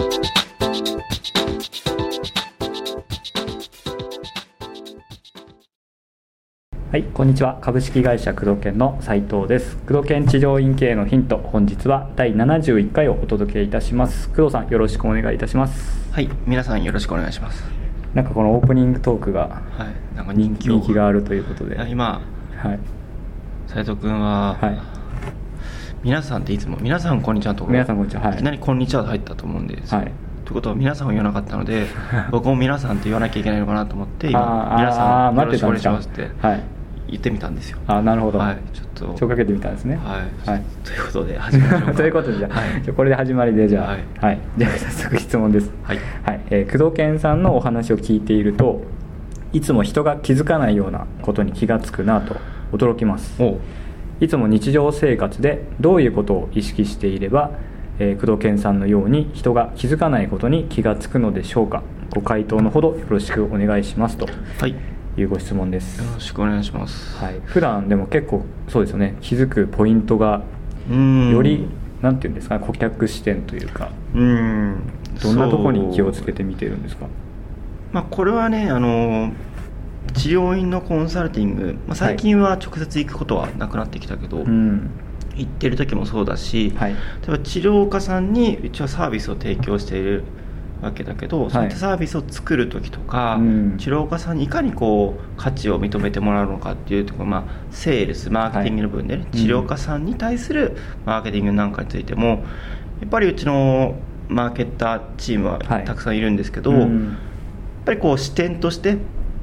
はい、こんにちは。株式会社工藤研の斉藤です。工藤研地上院経営のヒント、本日は第71回をお届けいたします。工藤さん、よろしくお願いいたします。 はい、皆さんよろしくお願いします。 なんかこのオープニングトークが、 なんか人気があるということで、 今、斉藤君は、皆さんっていつも皆さんこんにちはと皆さんこんにちは、 いきなりこんにちはと入ったと思うんです、ということは皆さんを言わなかったので僕も皆さんって言わなきゃいけないのかなと思って今皆さんよろしくお願いしますって言ってみたんですよ。 なるほど、 ちょっとかけてみたんですね。 ということで始めましょうかということでじゃあ、これで始まりでじゃあ、じゃあ早速質問です。工藤研さんのお話を聞いていると、いつも人が気づかないようなことに気がつくなと驚きます。いつも日常生活でどういうことを意識していれば、工藤研さんのように人が気づかないことに気がつくのでしょうか。ご回答のほどよろしくお願いしますというご質問です。 よろしくお願いします。 普段でも結構そうですよね、気づくポイントがよりなんていうんですかね、顧客視点というか、どんなところに気をつけて見てるんですか。 これはね、治療院のコンサルティング、最近は直接行くことはなくなってきたけど、行ってる時もそうだし、例えば治療家さんにうちはサービスを提供しているわけだけど、そういったサービスを作る時とか、治療家さんにいかにこう価値を認めてもらうのかっていうところ、セールスマーケティングの部分でね、治療家さんに対するマーケティングなんかについてもやっぱりうちのマーケッターチームはたくさんいるんですけど、やっぱりこう視点として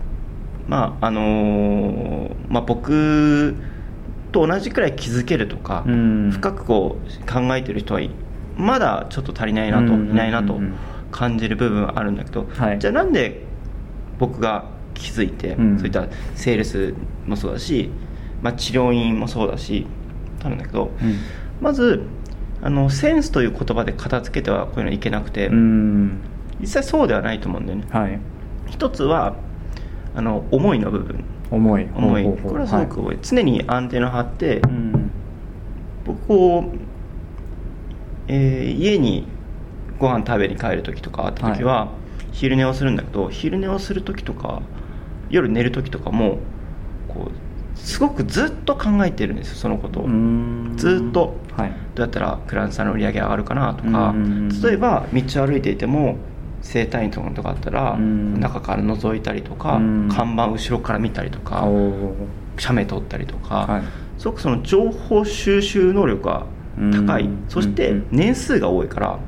僕と同じくらい気づけるとか、深くこう考えてる人はまだちょっと足りないなと、いないなと感じる部分はあるんだけど、じゃあなんで僕が気づいて、そういったセールスもそうだし、治療院もそうだしあるんだけど、まずセンスという言葉で片付けてはこういうのいけなくて、実際そうではないと思うんだよね。一つは思いの部分、思いこれはすごく多い、常にアンテナ張って、僕こう、家にご飯食べに帰る時とかあった時は、昼寝をするんだけど、昼寝をする時とか夜寝る時とかもこうすごくずっと考えてるんですよ、そのことをずっと、どうやったらクライアントさんの売り上げ上がるかなとか、例えば道を歩いていても整体院とかあったら、中から覗いたりとか、看板後ろから見たりとか、写メ撮ったりとか、すごくその情報収集能力が高い、そして年数が多いから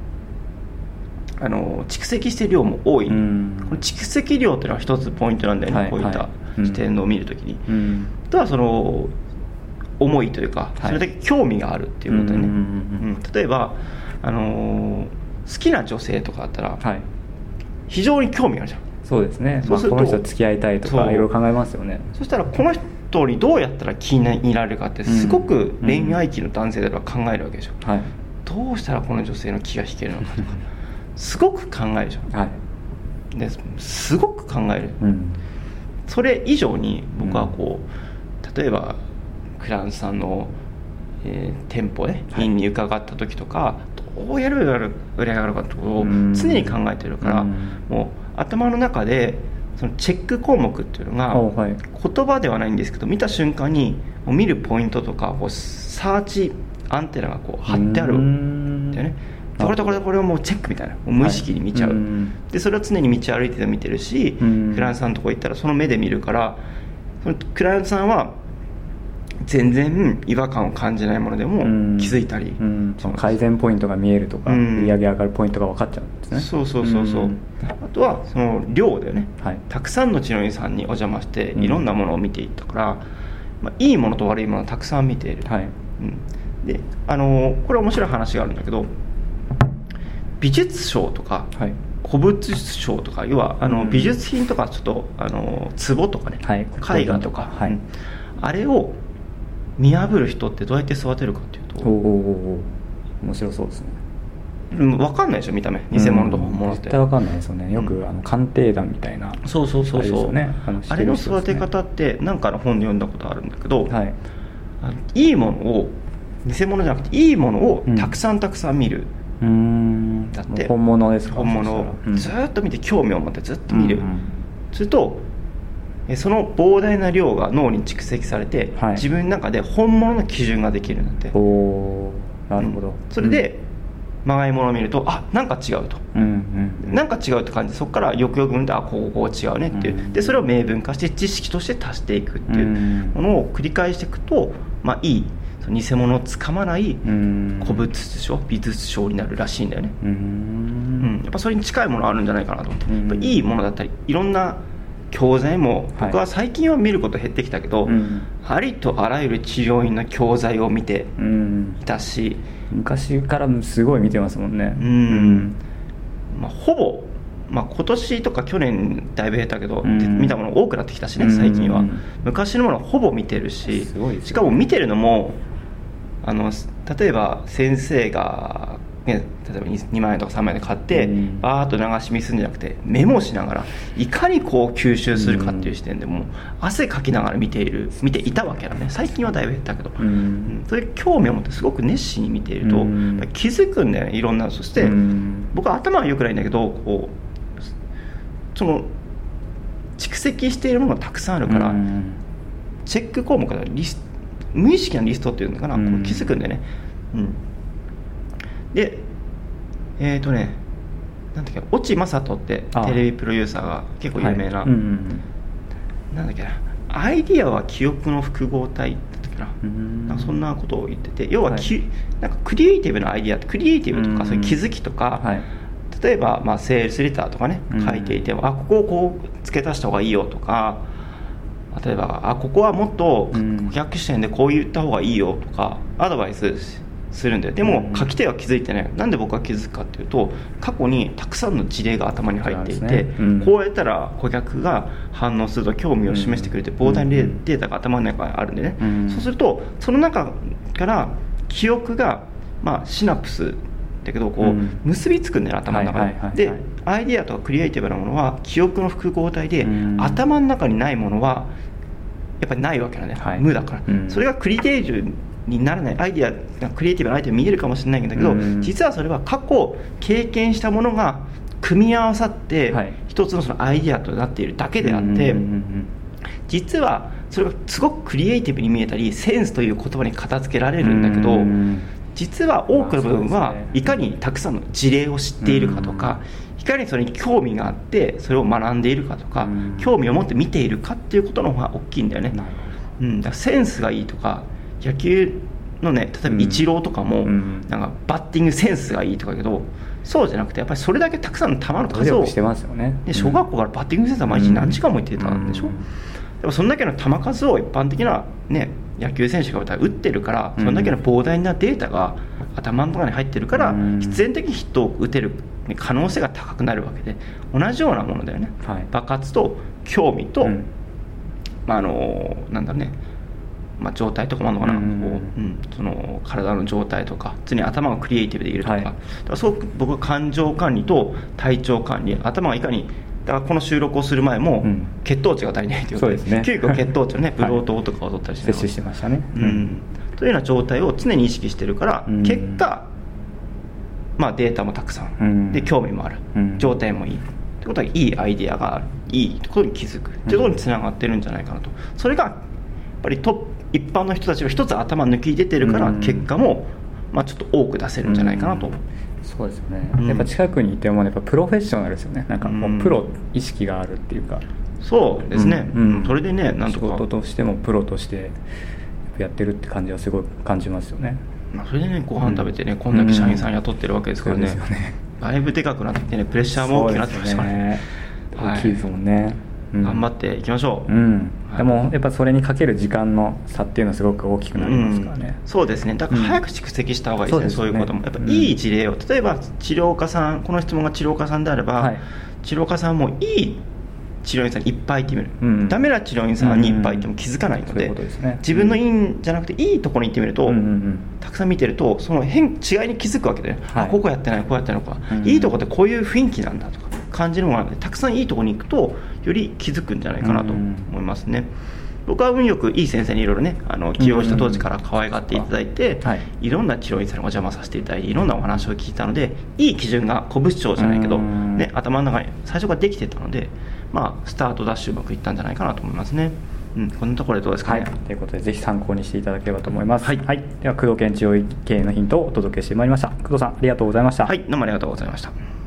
蓄積している量も多い、この蓄積量というのは一つポイントなんだよね、こういった視点を見るときに、とはその思いというか、それだけ興味があるっていうことでね、例えば好きな女性とかだったら、非常に興味があるじゃん。 そうですね。この人付き合いたいとかいろいろ考えますよね。 そしたらこの人にどうやったら気に入られるかってすごく恋愛期の男性であれば考えるわけでしょ、どうしたらこの女性の気が引けるのかとかすごく考えるじゃん、ですごく考える、それ以上に僕はこう、例えばクライアントさんの、店舗で院に伺った時とか、どうやる売り上げが上がるかってことを常に考えてるから、もう頭の中でそのチェック項目っていうのが言葉ではないんですけど、見た瞬間にもう見るポイントとかこうサーチアンテナがこう貼ってあるんだよね。これとこれとこれをもうチェックみたいな、もう無意識に見ちゃう、でそれを常に道歩いてて見てるし、クライアントさんのとこ行ったらその目で見るから、そのクライアントさんは全然違和感を感じないものでも気づいたり、 改善ポイントが見えるとか、売り上げ上がるポイントが分かっちゃうんですね。 そう、あとはその量だよね、たくさんの治療院さんにお邪魔していろんなものを見ていったから、いいものと悪いものをたくさん見ている、でこれ面白い話があるんだけど、美術賞とか、古物商とか、要は美術品とか、ちょっと壺とかね、絵画とか、あれを見破る人ってどうやって育てるかっていうと、 面白そうですね。 分かんないでしょ、見た目偽物とか本物って、 絶対分かんないですよね。よく鑑定団みたいな、 そうあれの育て方って何かの本で読んだことあるんだけど、いいものを、偽物じゃなくていいものをたくさん見る、 だって本物ですか？ 本物をずっと見て興味を持ってずっと見る、するとその膨大な量が脳に蓄積されて、自分の中で本物の基準ができるんだって。 なるほど。 それでまがいものを見るとなんか違うと、なんか違うって感じで、そこからよくよく見るとこう違うねっていう、でそれを明文化して知識として足していくっていうものを繰り返していくと、いい偽物をつかまない古物商、美術商になるらしいんだよね。やっぱそれに近いものあるんじゃないかなと思って、やっぱいいものだったりいろんな教材も僕は最近は見ること減ってきたけど、ありとあらゆる治療院の教材を見ていたし、 昔からすごい見てますもんね。 ほぼ、今年とか去年だいぶ減ったけど、見たもの多くなってきたしね、最近は。昔のものはほぼ見てるし、しかも見てるのも例えば先生が例えば2万円とか3万円で買ってバーッと流し見するんじゃなくて、メモしながらいかにこう吸収するかっていう視点でも汗かきながら見ていたわけだね。最近はだいぶ減ったけど、そういう興味を持ってすごく熱心に見ていると気づくんだよね、いろんなの。そして僕は頭は良くないんだけど、その蓄積しているものがたくさんあるから、チェック項目が無意識なリストっていうのかな、気づくんだよね。でなんだっけ、越智正人ってテレビプロデューサーが結構有名な、なんだっけな、アイディアは記憶の複合体だったっけな、なんかそんなことを言ってて、要はなんかクリエイティブなアイディア、クリエイティブとかそういう気づきとか、例えばセールスレターとかね書いていても、ここをこう付け足した方がいいよとか、例えばここはもっと顧客視点でこう言った方がいいよとかアドバイスするんだよ。でも書き手は気づいてない。なんで僕は気づくかっていうと、過去にたくさんの事例が頭に入っていて、こうやったら顧客が反応すると興味を示してくれて、膨大なデータが頭の中にあるんでね、そうするとその中から記憶がシナプスだけどこう結びつくんだよ、頭の中で。でアイディアとかクリエイティブなものは記憶の複合体で、頭の中にないものはやっぱりないわけだね、無だから。それがクリエイティブにならないアイデア、クリエイティブなアイデア見えるかもしれないんだけど、実はそれは過去経験したものが組み合わさって一つのそのアイデアとなっているだけであって、実はそれがすごくクリエイティブに見えたりセンスという言葉に片付けられるんだけど、実は多くの部分はいかにたくさんの事例を知っているかとか、いかにそれに興味があってそれを学んでいるかとか、興味を持って見ているかっていうことの方が大きいんだよね。だからセンスがいいとか、野球のね、例えばイチローとかもなんかバッティングセンスがいいとかだけど、そうじゃなくてやっぱりそれだけたくさんの球の数をしてますよね。 で小学校からバッティングセンスは毎日何時間も言ってたんでしょ。でもそんだけの球数を一般的なね野球選手が打ってるから、そんだけの膨大なデータが頭の中に入ってるから、必然的にヒットを打てる可能性が高くなるわけで、同じようなものだよね。爆発と興味と、なんだろうね、状態とかもあるのかな、その体の状態とか、常に頭がクリエイティブでいるとか、だからそう僕は感情管理と体調管理、頭がいかに、だからこの収録をする前も血糖値が足りないということで、急遽血糖値をねブロー糖とかを取ったりして、 摂取してましたね。 というような状態を常に意識してるから、結果データもたくさんで興味もある、状態もいいってことは、いいアイデアがある、いいことに気づくっていうことにつながってるんじゃないかなと。それがやっぱり一般の人たちが一つ頭抜き出てるから、結果もちょっと多く出せるんじゃないかなと。 そうですね、やっぱ近くにいてもやっぱプロフェッショナルですよね。なんかもうプロ意識があるっていうか、 そうですね、それでね、なんとか仕事としてもプロとしてやってるって感じはすごい感じますよね。 それでね、ご飯食べてね、こんだけ社員さん雇ってるわけですからね、だいぶでかくなってきてね、プレッシャーも大きくなってましたからね。 大きいですもんね。 頑張っていきましょう。でもやっぱそれにかける時間の差っていうのはすごく大きくなりますからね。 そうですね、だから早く蓄積した方がいいですね。そういうこともやっぱいい事例を、例えば治療家さん、この質問が治療家さんであれば、治療家さんもいい治療院さんにいっぱい行ってみる、ダメな治療院さんにいっぱい行っても気づかないので、自分のいいんじゃなくていいところに行ってみると、たくさん見てるとその違いに気づくわけで、ここやってない、こうやってないのか、いいところってこういう雰囲気なんだとか感じるものなので、たくさんいいところに行くとより気づくんじゃないかなと思いますね。 僕は運よくいい先生にいろいろね起用した当時から可愛がっていただいて、いろんな治療院さんにお邪魔させていただいていろんなお話を聞いたので、いい基準が古物商じゃないけど、ね、頭の中に最初からできてたので、スタートダッシュうまくいったんじゃないかなと思いますね。こんなところでどうですかね。 ということでぜひ参考にしていただければと思います。では工藤健治療院経営のヒントをお届けしてまいりました。工藤さんありがとうございました。 どうもありがとうございました。